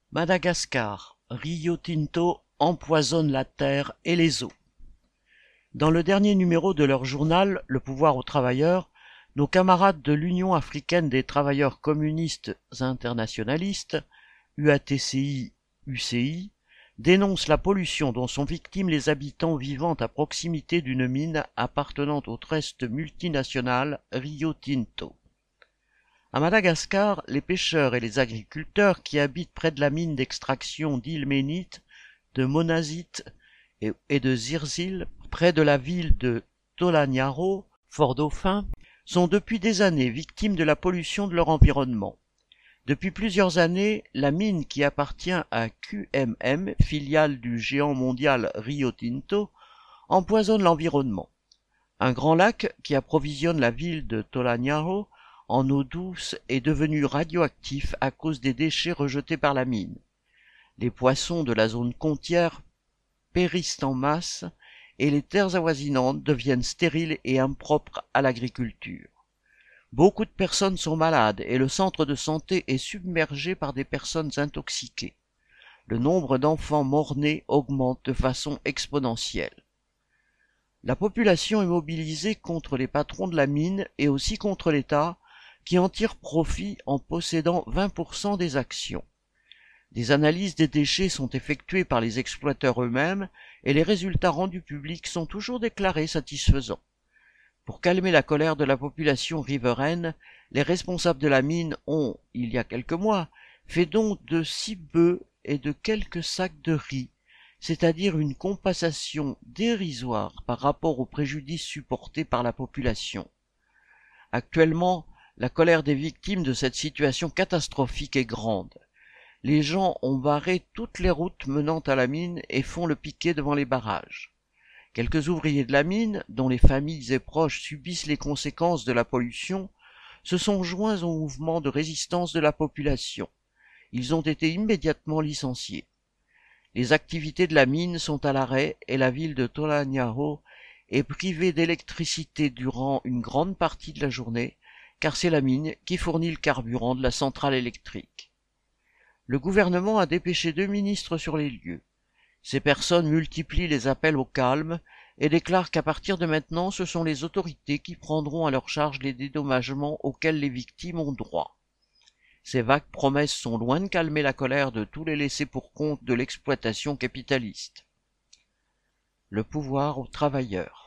Madagascar, Rio Tinto empoisonne la terre et les eaux. Dans le dernier numéro de leur journal, Le pouvoir aux travailleurs, nos camarades de l'Union africaine des travailleurs communistes internationalistes, UATCI-UCI, dénoncent la pollution dont sont victimes les habitants vivant à proximité d'une mine appartenant au trust multinational Rio Tinto. À Madagascar, les pêcheurs et les agriculteurs qui habitent près de la mine d'extraction d'ilménite, de monazite et de zircile, près de la ville de Tolagnaro, Fort-Dauphin, sont depuis des années victimes de la pollution de leur environnement. Depuis plusieurs années, la mine qui appartient à QMM, filiale du géant mondial Rio Tinto, empoisonne l'environnement. Un grand lac qui approvisionne la ville de Tolagnaro en eau douce est devenu radioactif à cause des déchets rejetés par la mine. Les poissons de la zone côtière périssent en masse et les terres avoisinantes deviennent stériles et impropres à l'agriculture. Beaucoup de personnes sont malades et le centre de santé est submergé par des personnes intoxiquées. Le nombre d'enfants mort-nés augmente de façon exponentielle. La population est mobilisée contre les patrons de la mine et aussi contre l'État, qui en tire profit en possédant 20% des actions. Des analyses des déchets sont effectuées par les exploiteurs eux-mêmes et les résultats rendus publics sont toujours déclarés satisfaisants. Pour calmer la colère de la population riveraine, les responsables de la mine ont, il y a quelques mois, fait don de 6 bœufs et de quelques sacs de riz, c'est-à-dire une compensation dérisoire par rapport aux préjudices supportés par la population. Actuellement, la colère des victimes de cette situation catastrophique est grande. Les gens ont barré toutes les routes menant à la mine et font le piquet devant les barrages. Quelques ouvriers de la mine, dont les familles et proches subissent les conséquences de la pollution, se sont joints au mouvement de résistance de la population. Ils ont été immédiatement licenciés. Les activités de la mine sont à l'arrêt et la ville de Tolagnaro est privée d'électricité durant une grande partie de la journée, car c'est la mine qui fournit le carburant de la centrale électrique. Le gouvernement a dépêché 2 ministres sur les lieux. Ces personnes multiplient les appels au calme et déclarent qu'à partir de maintenant, ce sont les autorités qui prendront à leur charge les dédommagements auxquels les victimes ont droit. Ces vagues promesses sont loin de calmer la colère de tous les laissés pour compte de l'exploitation capitaliste. Le pouvoir aux travailleurs.